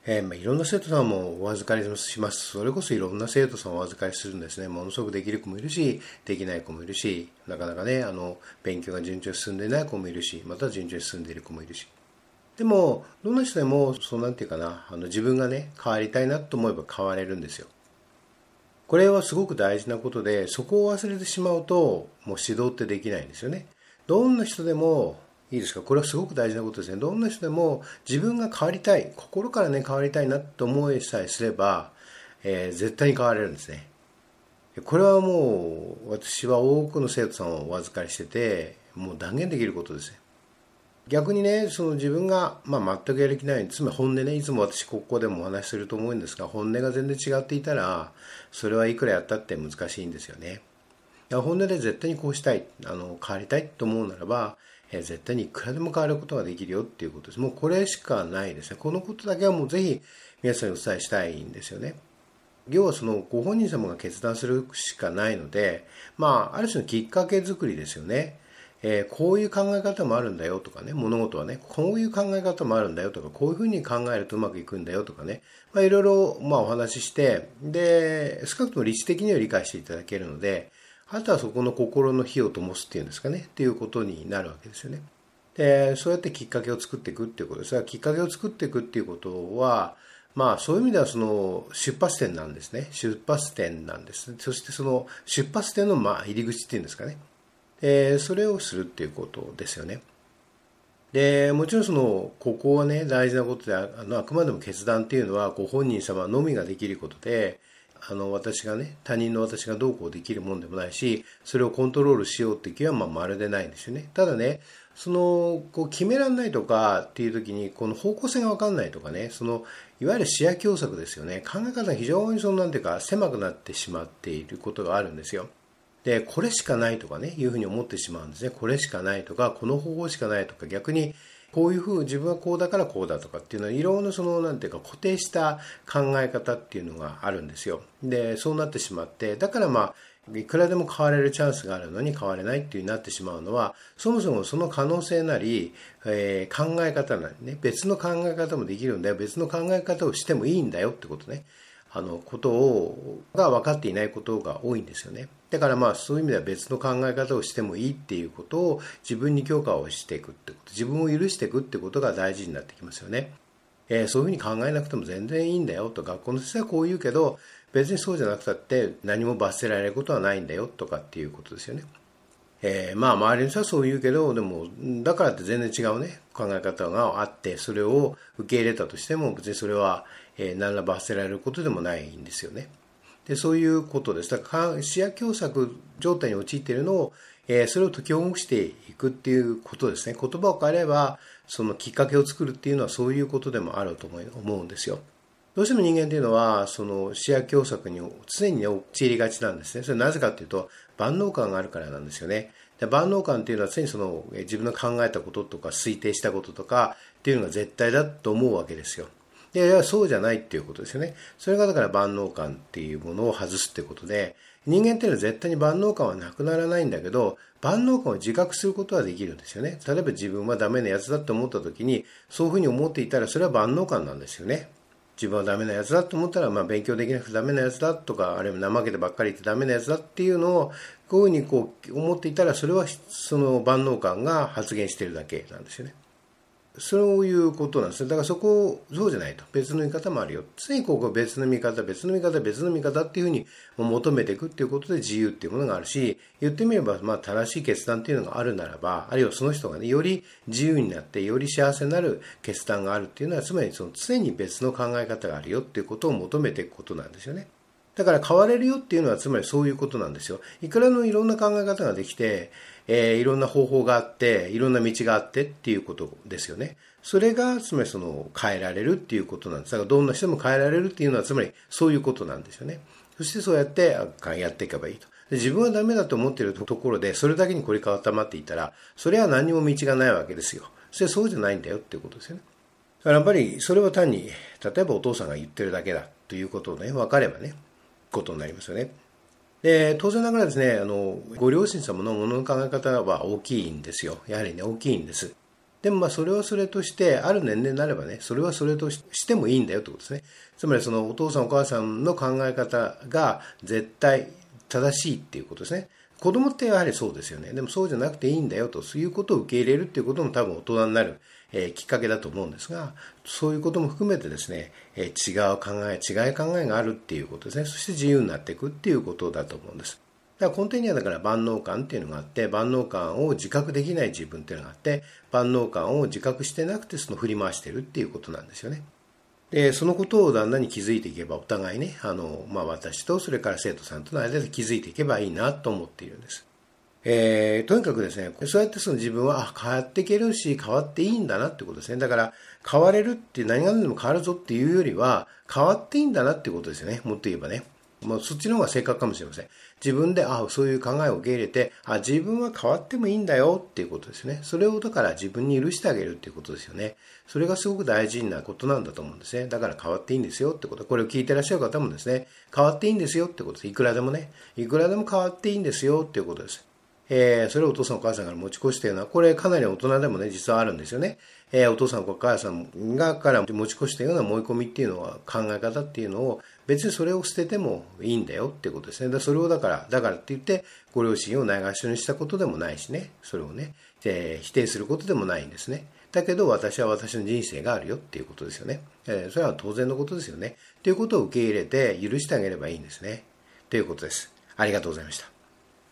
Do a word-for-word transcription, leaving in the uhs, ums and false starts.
えーまあ、いろんな生徒さんもお預かりします。それこそいろんな生徒さんをお預かりするんですね。ものすごくできる子もいるし、できない子もいるし、なかなかね、あの、勉強が順調に進んでいない子もいるし、また順調に進んでいる子もいるし。でも、どんな人でも、そうなんていうかな、あの、自分がね、変わりたいなと思えば変われるんですよ。これはすごく大事なことで、そこを忘れてしまうと、もう指導ってできないんですよね。どんな人でも、いいですか、これはすごく大事なことですね。どんな人でも自分が変わりたい、心からね、変わりたいなと思いさえすれば、えー絶対に変われるんですね。これはもう、私は多くの生徒さんをお預かりしてて、もう断言できることですね。逆にね、その自分が、まあ、全くやる気ない、つまり本音ね、いつも私ここでもお話しすると思うんですが、本音が全然違っていたら、それはいくらやったって難しいんですよね。だから本音で絶対にこうしたい、あの変わりたいと思うならば、えー絶対にいくらでも変わることができるよっていうことです。もうこれしかないですね。このことだけはもうぜひ皆さんにお伝えしたいんですよね。要はそのご本人様が決断するしかないので、まあ、ある種のきっかけ作りですよね。えーこういう考え方もあるんだよとかね、物事はね、こういう考え方もあるんだよとか、こういうふうに考えるとうまくいくんだよとかね、まあ、いろいろまあお話しして、で、少なくとも理知的には理解していただけるので、あとはそこの心の火を灯すっていうんですかね、っていうことになるわけですよね。で、そうやってきっかけを作っていくっていうことですが、きっかけを作っていくっていうことは、まあそういう意味ではその出発点なんですね。出発点なんです。そしてその出発点のまあ入り口っていうんですかね。えーそれをするっていうことですよね。で、もちろんその、ここはね、大事なことで、あの、あくまでも決断っていうのは、ご本人様のみができることで、あの、私がね、他人の私がどうこうできるもんでもないし、それをコントロールしようっていう気は、まあ、まるでないんですよね。ただね、その、こう、決められないとかっていう時に、この方向性がわかんないとかね、その、いわゆる視野狭窄ですよね。考え方が非常にその、なんていうか、狭くなってしまっていることがあるんですよ。で、これしかないとかね、いうふうに思ってしまうんですね。これしかないとか、この方法しかないとか、逆に、こういうふう、自分はこうだからこうだとかっていうのは、いろんなその、なんていうか、固定した考え方っていうのがあるんですよ。で、そうなってしまって、だからまあ、いくらでも変われるチャンスがあるのに変われないっていうになってしまうのは、そもそもその可能性なり、えー考え方なりね、別の考え方もできるんだよ、別の考え方をしてもいいんだよってことね。あのことをが分かっていないことが多いんですよね。だからまあそういう意味では別の考え方をしてもいいっていうことを自分に許可をしていくってこと、自分を許していくってことが大事になってきますよね。えーそういうふうに考えなくても全然いいんだよと、学校の先生はこう言うけど別にそうじゃなくたって何も罰せられることはないんだよとかっていうことですよね。えーまあ周りの人はそう言うけど、でもだからって全然違うね考え方があって、それを受け入れたとしても別にそれは、えー何ら罰せられることでもないんですよね。でそういうことです。だから視野狭窄状態に陥っているのを、えーそれを解きほぐしていくっていうことですね。言葉を変えればそのきっかけを作るっていうのはそういうことでもあると思うんですよ。どうしても人間というのは、その視野狭窄に常に陥りがちなんですね。それはなぜかというと、万能感があるからなんですよね。で万能感というのは常にその自分の考えたこととか推定したこととかっていうのが絶対だと思うわけですよ。で、いや、そうじゃないっていうことですよね。それがだから万能感っていうものを外すっていうことで、人間っていうのは絶対に万能感はなくならないんだけど、万能感を自覚することはできるんですよね。例えば自分はダメなやつだと思った時に、そういうふうに思っていたらそれは万能感なんですよね。自分はダメなやつだと思ったら、まあ、勉強できなくてダメなやつだとか、あるいは怠けてばっかり言ってダメなやつだっていうのをこういうふうにこう思っていたら、それはその万能感が発現しているだけなんですよね。そういうことなんですね。だからそこを、そうじゃないと。別の見方もあるよ。常にここ別の見方、別の見方、別の見方っていうふうに求めていくっていうことで自由っていうものがあるし、言ってみれば、まあ正しい決断っていうのがあるならば、あるいはその人がね、より自由になって、より幸せになる決断があるっていうのは、つまりその常に別の考え方があるよっていうことを求めていくことなんですよね。だから変われるよっていうのはつまりそういうことなんですよ。いくらのいろんな考え方ができて、えー、いろんな方法があって、いろんな道があってっていうことですよね。それがつまりその変えられるっていうことなんです。だからどんな人も変えられるっていうのはつまりそういうことなんですよね。そしてそうやってやっていけばいいと。で自分はダメだと思っているところでそれだけに凝り固まっていたら、それは何も道がないわけですよ。それはそうじゃないんだよっていうことですよね。だからやっぱりそれは単に例えばお父さんが言ってるだけだということをね分かればねことになりますよね。で当然ながらですね、あのご両親様のものの考え方は大きいんですよ。やはりね大きいんです。 でもまあそれはそれとして、ある年齢になればね、それはそれとしてもいいんだよってことですね。つまりそのお父さんお母さんの考え方が絶対正しいっていうことですね。子供ってやはりそうですよね。でもそうじゃなくていいんだよと、そういうことを受け入れるっていうことも多分大人になる、えー、きっかけだと思うんですが、そういうことも含めてですね、えー、違う考え、違い考えがあるっていうことですね。そして自由になっていくっていうことだと思うんです。だから根底にはだから万能感っていうのがあって、万能感を自覚できない自分っていうのがあって、万能感を自覚してなくてその振り回してるっていうことなんですよね。で、そのことを旦那に気づいていけば、お互いね、あの、まあ、私とそれから生徒さんとの間で気づいていけばいいなと思っているんです。えー、とにかくですね、そうやってその自分はあ変わっていけるし、変わっていいんだなってことですね。だから、変われるって何が何でも変わるぞっていうよりは、変わっていいんだなってことですよね。もっと言えばね。もうそっちの方が正確かもしれません。自分で、あそういう考えを受け入れて、あ自分は変わってもいいんだよっていうことですね。それをだから自分に許してあげるっていうことですよね。それがすごく大事なことなんだと思うんですね。だから変わっていいんですよってこと。これを聞いてらっしゃる方もですね、変わっていいんですよってことです。いくらでもね。いくらでも変わっていいんですよっていうことです。えー、それをお父さんお母さんから持ち越しているのは、これかなり大人でもね、実はあるんですよね。えー、お父さんお母さんがから持ち越したような思い込みっていうのは、考え方っていうのを、別にそれを捨ててもいいんだよっていうことですね。だそれをだから、だからって言って、ご両親をないがしろにしたことでもないしね、それをね、えー、否定することでもないんですね。だけど私は私の人生があるよっていうことですよね。えー、それは当然のことですよね。ということを受け入れて許してあげればいいんですね。ということです。ありがとうございました。